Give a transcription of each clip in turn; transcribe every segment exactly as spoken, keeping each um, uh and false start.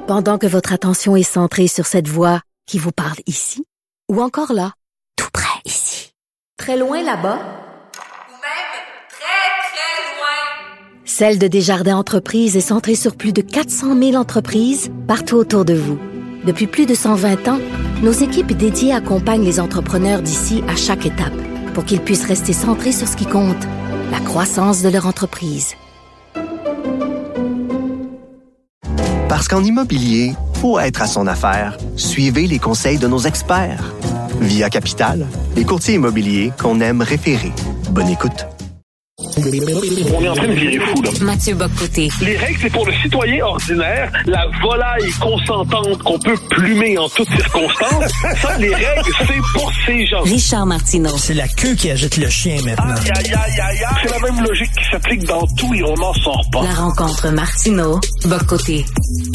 Pendant que votre attention est centrée sur cette voix qui vous parle ici, ou encore là, tout près ici, très loin là-bas, ou même très, très loin. Celle de Desjardins Entreprises est centrée sur plus de quatre cent mille entreprises partout autour de vous. Depuis plus de cent vingt ans, nos équipes dédiées accompagnent les entrepreneurs d'ici à chaque étape pour qu'ils puissent rester centrés sur ce qui compte, la croissance de leur entreprise. Parce qu'en immobilier, pour être à son affaire, suivez les conseils de nos experts. Via Capital, les courtiers immobiliers qu'on aime référer. Bonne écoute. On est en train de virer fou, là. Mathieu Bock-Côté. Les règles, c'est pour le citoyen ordinaire, la volaille consentante qu'on peut plumer en toutes circonstances. Ça, les règles, c'est pour ces gens. Richard Martineau. C'est la queue qui agite le chien, maintenant. Aïe, aïe, aïe, aïe, aïe. C'est la même logique qui s'applique dans tout et on n'en sort pas. La rencontre Martineau, Bock-Côté.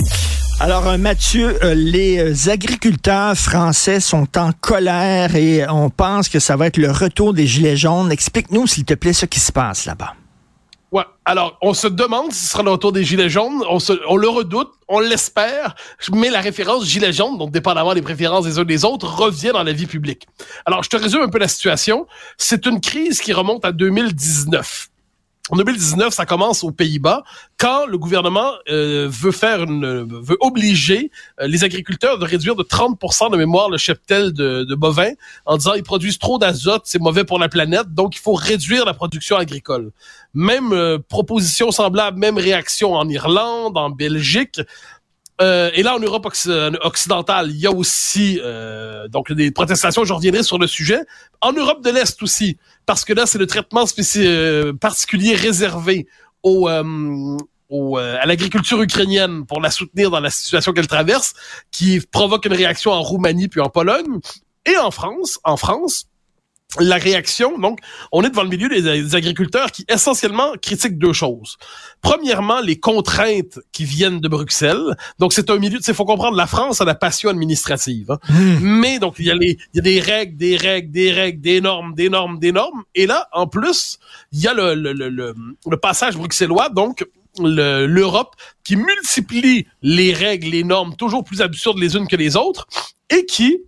Alors, euh, Mathieu, euh, les euh, agriculteurs français sont en colère et on pense que ça va être le retour des Gilets jaunes. Explique-nous, s'il te plaît, ce qui se passe là-bas. Ouais. Alors, on se demande si ce sera le retour des Gilets jaunes. On, se, on le redoute, on l'espère, mais la référence Gilets jaunes, donc dépendamment des préférences des uns des autres, revient dans la vie publique. Alors, je te résume un peu la situation. C'est une crise qui remonte à deux mille dix-neuf. En deux mille dix-neuf, ça commence aux Pays-Bas quand le gouvernement euh, veut faire une, veut obliger euh, les agriculteurs de réduire de trente pour cent de mémoire le cheptel de, de bovins en disant ils produisent trop d'azote, c'est mauvais pour la planète, donc il faut réduire la production agricole. Même euh, proposition semblable, même réaction en Irlande, en Belgique. Euh, et là, en Europe occidentale, il y a aussi euh, donc des protestations, je reviendrai sur le sujet. En Europe de l'Est aussi, parce que là, c'est le traitement spéci- euh, particulier réservé au, euh, au, euh, à l'agriculture ukrainienne pour la soutenir dans la situation qu'elle traverse, qui provoque une réaction en Roumanie puis en Pologne. Et en France, en France, la réaction, donc, on est devant le milieu des, des agriculteurs qui essentiellement critiquent deux choses. Premièrement, les contraintes qui viennent de Bruxelles. Donc, c'est un milieu, tu sais, faut comprendre, la France a la passion administrative. Hein. Mmh. Mais, donc, il y a les, il y a des règles, des règles, des règles, des normes, des normes, des normes. Et là, en plus, il y a le, le, le, le, le passage bruxellois, donc, le, l'Europe qui multiplie les règles, les normes toujours plus absurdes les unes que les autres et qui,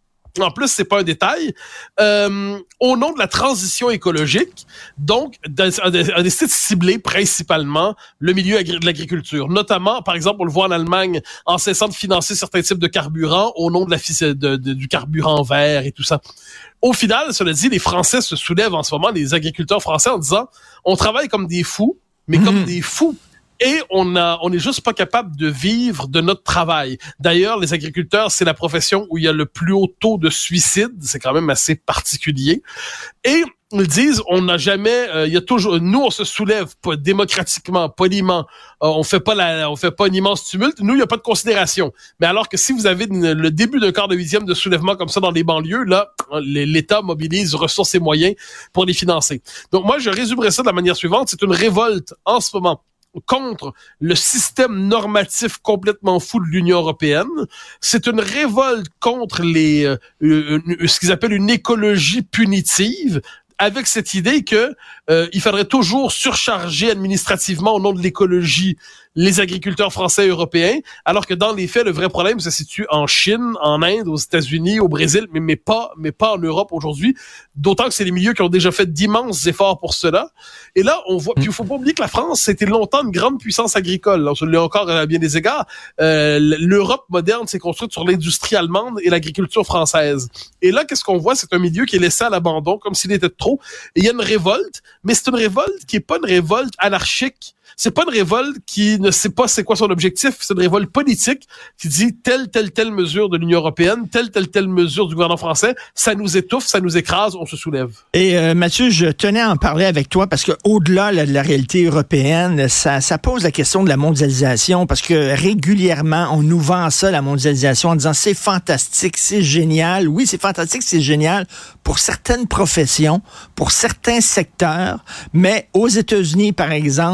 en plus, c'est pas un détail, euh, au nom de la transition écologique, donc, a décidé de cibler principalement le milieu agri- de l'agriculture. Notamment, par exemple, on le voit en Allemagne, en cessant de financer certains types de carburants au nom de la de, de, du carburant vert et tout ça. Au final, cela dit, les Français se soulèvent en ce moment, les agriculteurs français, en disant, on travaille comme des fous, mais mmh. comme des fous. Et on a, on est juste pas capable de vivre de notre travail. D'ailleurs, les agriculteurs, c'est la profession où il y a le plus haut taux de suicide. C'est quand même assez particulier. Et ils disent, on n'a jamais, euh, il y a toujours, nous, on se soulève pas démocratiquement, poliment. Euh, on fait pas la, on fait pas un immense tumulte. Nous, il y a pas de considération. Mais alors que si vous avez une, le début d'un quart de huitième de soulèvement comme ça dans les banlieues, là, l'État mobilise ressources et moyens pour les financer. Donc moi, je résumerai ça de la manière suivante. C'est une révolte en ce moment contre le système normatif complètement fou de l'Union européenne. C'est une révolte contre les euh, euh, ce qu'ils appellent une écologie punitive, avec cette idée que euh, il faudrait toujours surcharger administrativement au nom de l'écologie les agriculteurs français et européens, alors que dans les faits, le vrai problème se situe en Chine, en Inde, aux États-Unis, au Brésil, mais, mais pas mais pas en Europe aujourd'hui, d'autant que c'est les milieux qui ont déjà fait d'immenses efforts pour cela. Et là, on voit, puis il faut pas oublier que la France, c'était longtemps une grande puissance agricole, on se l'est encore à bien des égards. Euh, L'Europe moderne s'est construite sur l'industrie allemande et l'agriculture française. Et là, qu'est-ce qu'on voit? C'est un milieu qui est laissé à l'abandon, comme s'il était trop. Et il y a une révolte, mais c'est une révolte qui est pas une révolte anarchique. C'est pas une révolte qui ne sait pas c'est quoi son objectif, c'est une révolte politique qui dit telle, telle, telle mesure de l'Union européenne, telle, telle, telle mesure du gouvernement français, ça nous étouffe, ça nous écrase, on se soulève. Et euh, Mathieu, je tenais à en parler avec toi parce que au-delà là, de la réalité européenne, ça, ça pose la question de la mondialisation parce que régulièrement, on nous vend ça, la mondialisation, en disant c'est fantastique, c'est génial. Oui, c'est fantastique, c'est génial pour certaines professions, pour certains secteurs, mais aux États-Unis, par exemple, le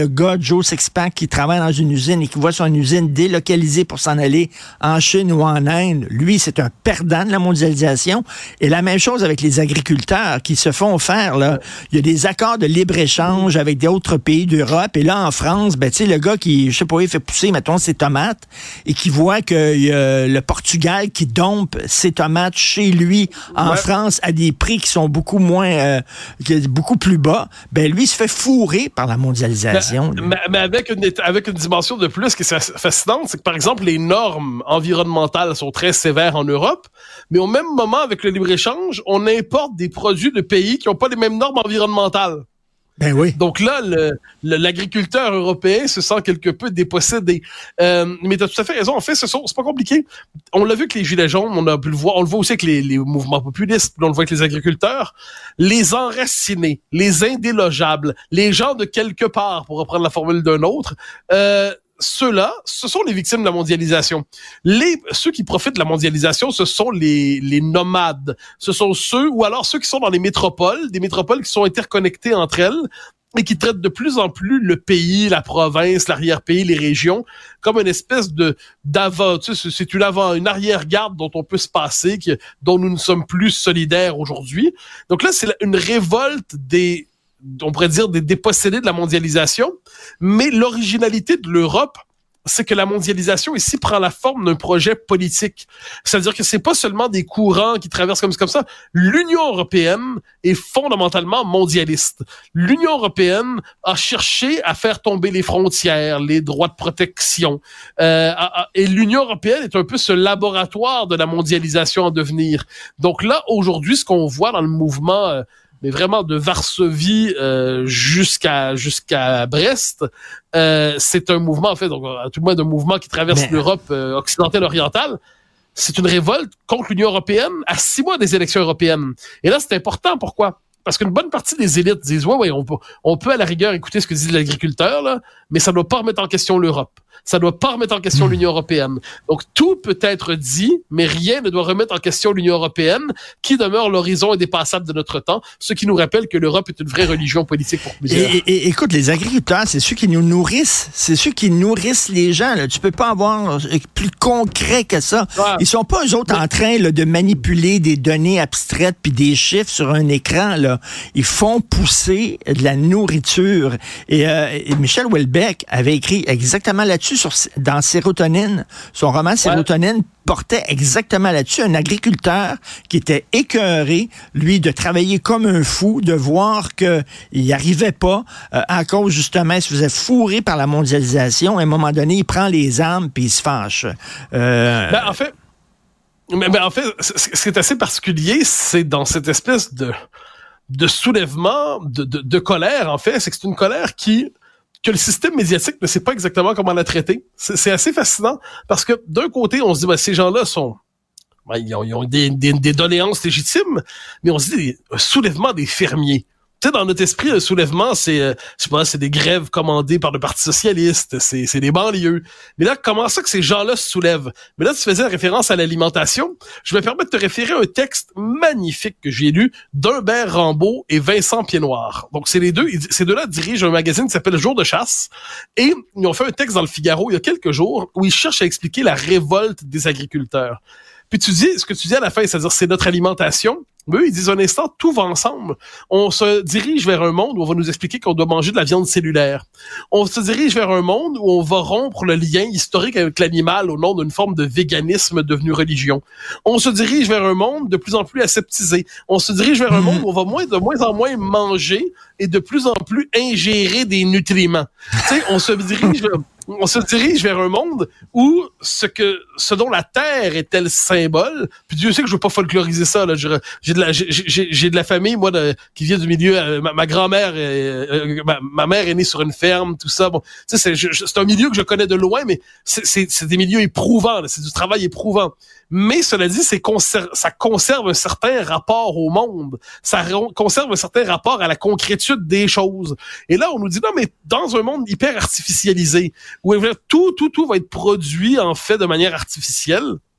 gars, Joe Sixpack, qui travaille dans une usine et qui voit son usine délocalisée pour s'en aller en Chine ou en Inde, lui, c'est un perdant de la mondialisation. Et la même chose avec les agriculteurs qui se font faire, là. Il y a des accords de libre-échange avec d'autres pays d'Europe. Et là, en France, ben, tu sais, le gars qui, je sais pas, il fait pousser, mettons, ses tomates et qui voit que y a le Portugal qui dompe ses tomates chez lui en ouais. France à des prix qui sont beaucoup moins, euh, beaucoup plus bas, ben, lui, il se fait fourrer par la mondialisation. Mais, mais, mais avec, une, avec une dimension de plus qui est fascinante, c'est que, par exemple, les normes environnementales sont très sévères en Europe, mais au même moment, avec le libre-échange, on importe des produits de pays qui n'ont pas les mêmes normes environnementales. Ben oui. Donc là, le, le, l'agriculteur européen se sent quelque peu dépossédé. Euh, mais tu as tout à fait raison. En fait, ce sont, c'est pas compliqué. On l'a vu avec les Gilets jaunes, on a pu le voir. On le voit aussi avec les, les mouvements populistes, on le voit avec les agriculteurs. Les enracinés, les indélogeables, les gens de quelque part, pour reprendre la formule d'un autre, euh, ceux-là, ce sont les victimes de la mondialisation. Les, ceux qui profitent de la mondialisation, ce sont les, les nomades. Ce sont ceux, ou alors ceux qui sont dans les métropoles, des métropoles qui sont interconnectées entre elles et qui traitent de plus en plus le pays, la province, l'arrière-pays, les régions, comme une espèce de, d'avant, tu sais, c'est une avant, une arrière-garde dont on peut se passer, qui, dont nous ne sommes plus solidaires aujourd'hui. Donc là, c'est une révolte des, on pourrait dire des dépossédés de la mondialisation, mais l'originalité de l'Europe, c'est que la mondialisation ici prend la forme d'un projet politique. C'est-à-dire que c'est pas seulement des courants qui traversent comme, comme ça. L'Union européenne est fondamentalement mondialiste. L'Union européenne a cherché à faire tomber les frontières, les droits de protection. Euh, et l'Union européenne est un peu ce laboratoire de la mondialisation en devenir. Donc là, aujourd'hui, ce qu'on voit dans le mouvement... Euh, mais vraiment de Varsovie euh, jusqu'à jusqu'à Brest, euh, c'est un mouvement, en fait, donc à tout le moins un mouvement qui traverse mais... l'Europe euh, occidentale orientale. C'est une révolte contre l'Union européenne à six mois des élections européennes. Et là, c'est important. Pourquoi? Parce qu'une bonne partie des élites disent, ouais, ouais, on peut, on peut à la rigueur écouter ce que dit l'agriculteur, là, mais ça ne doit pas remettre en question l'Europe. Ça ne doit pas remettre en question mmh. l'Union européenne. Donc, tout peut être dit, mais rien ne doit remettre en question l'Union européenne, qui demeure l'horizon indépassable de notre temps, ce qui nous rappelle que l'Europe est une vraie religion politique pour plusieurs. Et, et, écoute, les agriculteurs, c'est ceux qui nous nourrissent. C'est ceux qui nourrissent les gens. Là. Tu peux pas avoir plus concret que ça. Ouais. Ils sont pas, eux autres, mais... en train là, de manipuler des données abstraites puis des chiffres sur un écran. Là. Ils font pousser de la nourriture. Et, euh, et Michel Houellebecq avait écrit exactement là-dessus sur, dans Sérotonine. Son roman Sérotonine ouais. portait exactement là-dessus. Un agriculteur qui était écœuré, lui, de travailler comme un fou, de voir qu'il n'y arrivait pas euh, à cause, justement, il se faisait fourrer par la mondialisation. À un moment donné, il prend les armes puis il se fâche. Euh... Ben, en fait, mais, mais en fait, ce qui est assez particulier, c'est dans cette espèce de de soulèvement, de, de, de colère, en fait, c'est que c'est une colère qui que le système médiatique ne sait pas exactement comment la traiter. C'est, c'est assez fascinant parce que d'un côté, on se dit, ben, ces gens-là sont, ben, ils ont, ils ont des, des, des doléances légitimes, mais on se dit, un soulèvement des fermiers. Tu sais, dans notre esprit, le soulèvement, c'est, euh, je sais pas, c'est des grèves commandées par le Parti socialiste, c'est, c'est des banlieues. Mais là, comment ça que ces gens-là se soulèvent? Mais là, tu faisais référence à l'alimentation. Je me permets de te référer à un texte magnifique que j'ai lu d'Humbert Rambaud et Vincent Piednoir. Donc, c'est les deux, ces deux-là dirigent un magazine qui s'appelle Jour de chasse. Et ils ont fait un texte dans le Figaro il y a quelques jours où ils cherchent à expliquer la révolte des agriculteurs. Puis tu dis, ce que tu dis à la fin, c'est-à-dire c'est notre alimentation. Mais eux, ils disent un instant, tout va ensemble. On se dirige vers un monde où on va nous expliquer qu'on doit manger de la viande cellulaire. On se dirige vers un monde où on va rompre le lien historique avec l'animal au nom d'une forme de véganisme devenu religion. On se dirige vers un monde de plus en plus aseptisé. On se dirige vers un monde où on va moins, de moins en moins manger et de plus en plus ingérer des nutriments. Tu sais, on se dirige vers... On se dirige vers un monde où ce que ce dont la terre est tel symbole, puis Dieu sait que je veux pas folkloriser ça là, j'ai, j'ai de la j'ai, j'ai, j'ai de la famille moi de, qui vient du milieu, euh, ma, ma grand-mère euh, ma, ma mère est née sur une ferme, tout ça. Bon, tu sais c'est je, c'est un milieu que je connais de loin, mais c'est c'est, c'est des milieux éprouvants, là, c'est du travail éprouvant. Mais cela dit, c'est conser- ça conserve un certain rapport au monde. Ça re- conserve un certain rapport à la concrétude des choses. Et là, on nous dit, non, mais dans un monde hyper artificialisé, où tout, tout, tout va être produit, en fait, de manière artificielle,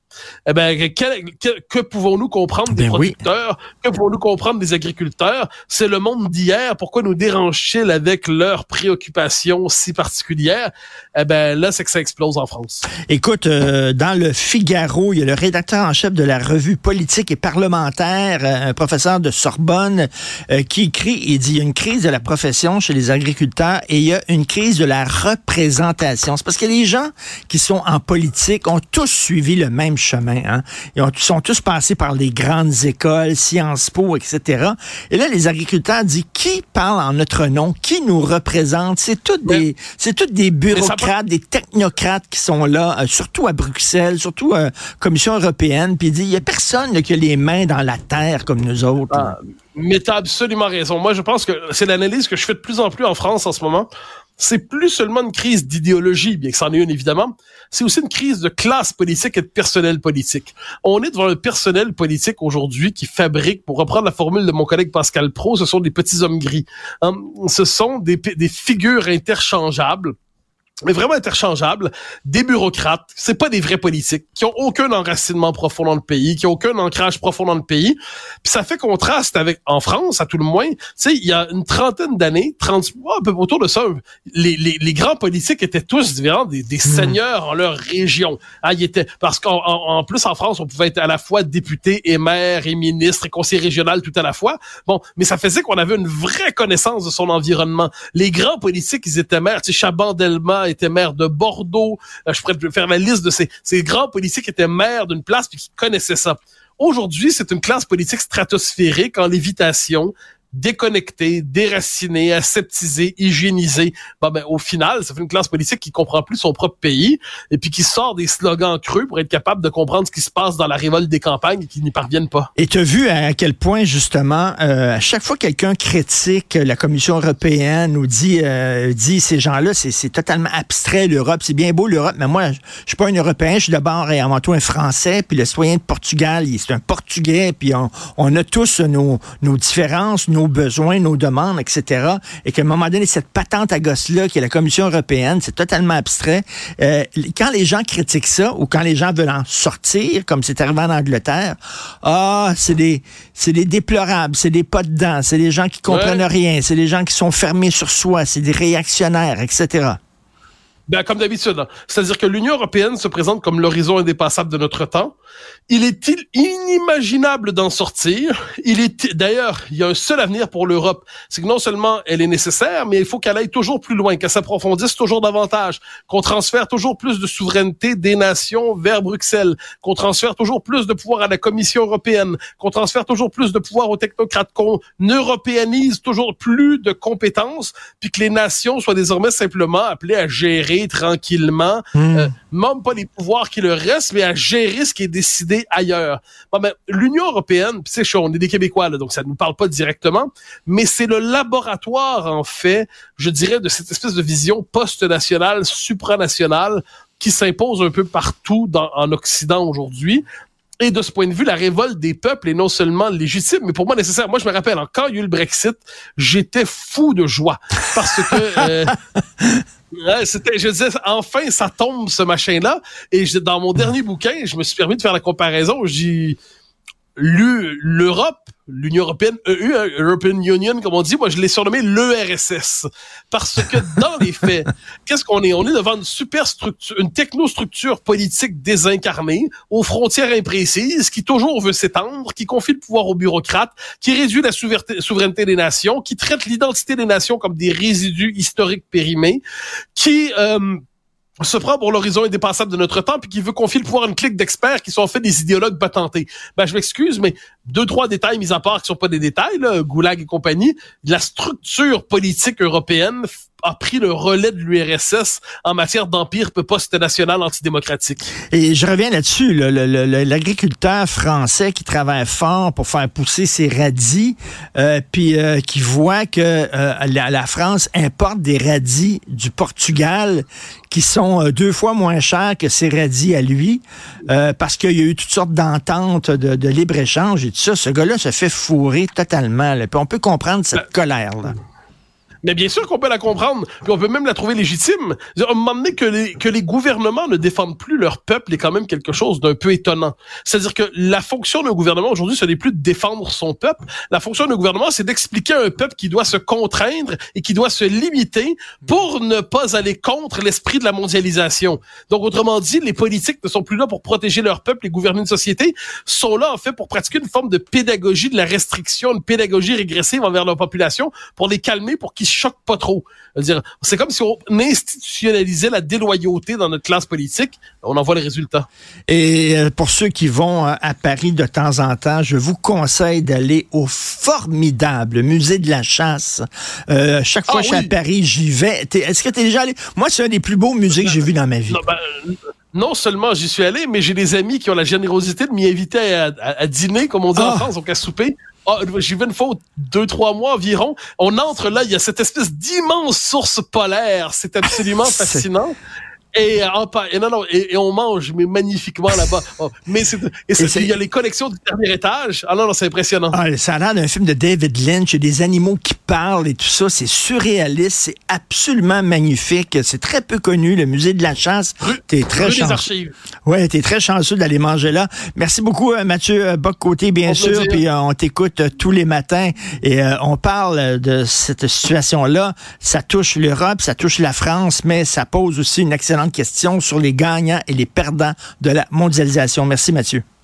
Eh ben, que, que, que pouvons-nous comprendre des ben producteurs? Oui. Que pouvons-nous comprendre des agriculteurs? C'est le monde d'hier. Pourquoi nous dérange-t-il avec leurs préoccupations si particulières? Eh ben, là, c'est que ça explose en France. Écoute, euh, dans le Figaro, il y a le rédacteur en chef de la revue politique et parlementaire, un professeur de Sorbonne, euh, qui écrit, il dit, il y a une crise de la profession chez les agriculteurs et il y a une crise de la représentation. C'est parce que les gens qui sont en politique ont tous suivi le même chemin. Hein? Ils ont, sont tous passés par les grandes écoles, Sciences Po, et cetera. Et là, les agriculteurs disent, qui parle en notre nom? Qui nous représente? C'est toutes des, c'est toutes des bureaucrates, des technocrates qui sont là, euh, surtout à Bruxelles, surtout à la Commission européenne. Puis il dit, il n'y a personne là, qui a les mains dans la terre comme nous autres. Ah, mais tu as absolument raison. Moi, je pense que c'est l'analyse que je fais de plus en plus en France en ce moment. C'est plus seulement une crise d'idéologie, bien que c'en est une évidemment, c'est aussi une crise de classe politique et de personnel politique. On est devant un personnel politique aujourd'hui qui fabrique, pour reprendre la formule de mon collègue Pascal Praud, ce sont des petits hommes gris. Hein? Ce sont des, des figures interchangeables, mais vraiment interchangeables, des bureaucrates, c'est pas des vrais politiques, qui ont aucun enracinement profond dans le pays, qui ont aucun ancrage profond dans le pays. Puis ça fait contraste avec, en France, à tout le moins, tu sais, il y a une trentaine d'années, trente, un peu autour de ça, les, les, les grands politiques étaient tous différents, des, des seigneurs en leur région. Ah, ils étaient, parce qu'en en, en plus, en France, on pouvait être à la fois député et maire et ministre et conseiller régional tout à la fois. Bon, mais ça faisait qu'on avait une vraie connaissance de son environnement. Les grands politiques, ils étaient maires, tu sais, Chaban-Delmas était maire de Bordeaux. Euh, je pourrais faire la liste de ces, ces grands politiques qui étaient maires d'une place puis qui connaissaient ça. Aujourd'hui, c'est une classe politique stratosphérique en lévitation, déconnectée, déracinée, aseptisée, hygiénisée. Bon, ben, au final, ça fait une classe politique qui comprend plus son propre pays et puis qui sort des slogans creux pour être capable de comprendre ce qui se passe dans la révolte des campagnes et qui n'y parviennent pas. Et tu as vu à quel point, justement, euh, à chaque fois que quelqu'un critique la Commission européenne ou dit, euh, dit ces gens-là, c'est, c'est totalement abstrait, l'Europe. C'est bien beau, l'Europe, mais moi, je suis pas un Européen, je suis d'abord et avant tout un Français, puis le citoyen de Portugal, c'est un Portugais, puis on, on a tous nos, nos différences, nos nos besoins, nos demandes, et cetera. Et qu'à un moment donné, cette patente à gosse-là, qui est la Commission européenne, c'est totalement abstrait. Euh, quand les gens critiquent ça, ou quand les gens veulent en sortir, comme c'est arrivé en Angleterre, ah, c'est des, c'est des déplorables, c'est des pas dedans, c'est des gens qui comprennent ouais. rien, c'est des gens qui sont fermés sur soi, c'est des réactionnaires, et cetera. Ben, comme d'habitude. C'est-à-dire que l'Union européenne se présente comme l'horizon indépassable de notre temps. Il est inimaginable d'en sortir. Il est, d'ailleurs, il y a un seul avenir pour l'Europe. C'est que non seulement elle est nécessaire, mais il faut qu'elle aille toujours plus loin, qu'elle s'approfondisse toujours davantage, qu'on transfère toujours plus de souveraineté des nations vers Bruxelles, qu'on transfère toujours plus de pouvoir à la Commission européenne, qu'on transfère toujours plus de pouvoir aux technocrates, qu'on européanise toujours plus de compétences, puis que les nations soient désormais simplement appelées à gérer tranquillement, mmh. euh, même pas les pouvoirs qui leur restent, mais à gérer ce qui est décidé ailleurs. Bon, ben, l'Union européenne, tu sais, on est des Québécois, là, donc ça ne nous parle pas directement, mais c'est le laboratoire, en fait, je dirais, de cette espèce de vision post-nationale, supranationale, qui s'impose un peu partout dans, en Occident aujourd'hui. Et de ce point de vue, la révolte des peuples est non seulement légitime, mais pour moi nécessaire. Moi, je me rappelle, hein, quand il y a eu le Brexit, j'étais fou de joie. Parce que... Euh, Ouais, c'était, je disais, enfin, ça tombe, ce machin-là. Et je, dans mon dernier bouquin, je me suis permis de faire la comparaison. J'ai l'Europe, l'Union européenne, E U, European Union, comme on dit, moi, je l'ai surnommé l'E R S S. Parce que dans les faits, qu'est-ce qu'on est? On est devant une super structure, une technostructure politique désincarnée, aux frontières imprécises, qui toujours veut s'étendre, qui confie le pouvoir aux bureaucrates, qui réduit la souveraineté des nations, qui traite l'identité des nations comme des résidus historiques périmés, qui... Euh, se prend pour l'horizon indépassable de notre temps puis qui veut confier le pouvoir à une clique d'experts qui sont en fait des idéologues patentés. Ben, je m'excuse, mais deux, trois détails mis à part qui sont pas des détails, là, Goulag et compagnie, la structure politique européenne a pris le relais de l'U R S S en matière d'empire post-national antidémocratique. Et je reviens là-dessus, le, le, le, l'agriculteur français qui travaille fort pour faire pousser ses radis, euh, puis euh, qui voit que euh, la, la France importe des radis du Portugal qui sont euh, deux fois moins chers que ses radis à lui, euh, parce qu'il y a eu toutes sortes d'ententes de, de libre-échange et tout ça. Ce gars-là se fait fourrer totalement. Là. Puis on peut comprendre cette ben, colère-là. Mais bien sûr qu'on peut la comprendre, puis on peut même la trouver légitime. À un moment donné, que les, que les gouvernements ne défendent plus leur peuple est quand même quelque chose d'un peu étonnant. C'est-à-dire que la fonction d'un gouvernement aujourd'hui, ce n'est plus de défendre son peuple. La fonction d'un gouvernement, c'est d'expliquer à un peuple qui doit se contraindre et qui doit se limiter pour ne pas aller contre l'esprit de la mondialisation. Donc, autrement dit, les politiques ne sont plus là pour protéger leur peuple et gouverner une société, sont là, en fait, pour pratiquer une forme de pédagogie de la restriction, une pédagogie régressive envers leur population, pour les calmer, pour qu'ils choque pas trop. C'est-à-dire, c'est comme si on institutionnalisait la déloyauté dans notre classe politique. On en voit les résultats. Et pour ceux qui vont à Paris de temps en temps, je vous conseille d'aller au formidable musée de la chasse. Euh, chaque fois ah, que je suis oui. à Paris, j'y vais. T'es, est-ce que tu es déjà allé? Moi, c'est un des plus beaux musées que j'ai vu dans ma vie. Non, ben, non seulement j'y suis allé, mais j'ai des amis qui ont la générosité de m'y inviter à, à, à dîner, comme on dit ah. en France, donc à souper. Ah, j'y vais une fois deux, trois mois environ. On entre là, il y a cette espèce d'immense source polaire. C'est absolument fascinant. Et, et non non et, et on mange mais magnifiquement là-bas. Oh, mais c'est, et c'est, et c'est, il y a les collections du dernier étage. Ah non non c'est impressionnant. Ah, ça a l'air d'un film de David Lynch. Il y a des animaux qui parlent et tout ça. C'est surréaliste. C'est absolument magnifique. C'est très peu connu le musée de la chasse. Rue, t'es très rue chanceux. des Archives. Ouais, t'es très chanceux d'aller manger là. Merci beaucoup Mathieu Bock-Côté bien on sûr. Puis euh, on t'écoute euh, tous les matins et euh, on parle de cette situation là. Ça touche l'Europe, ça touche la France, mais ça pose aussi une excellente question sur les gagnants et les perdants de la mondialisation. Merci Mathieu.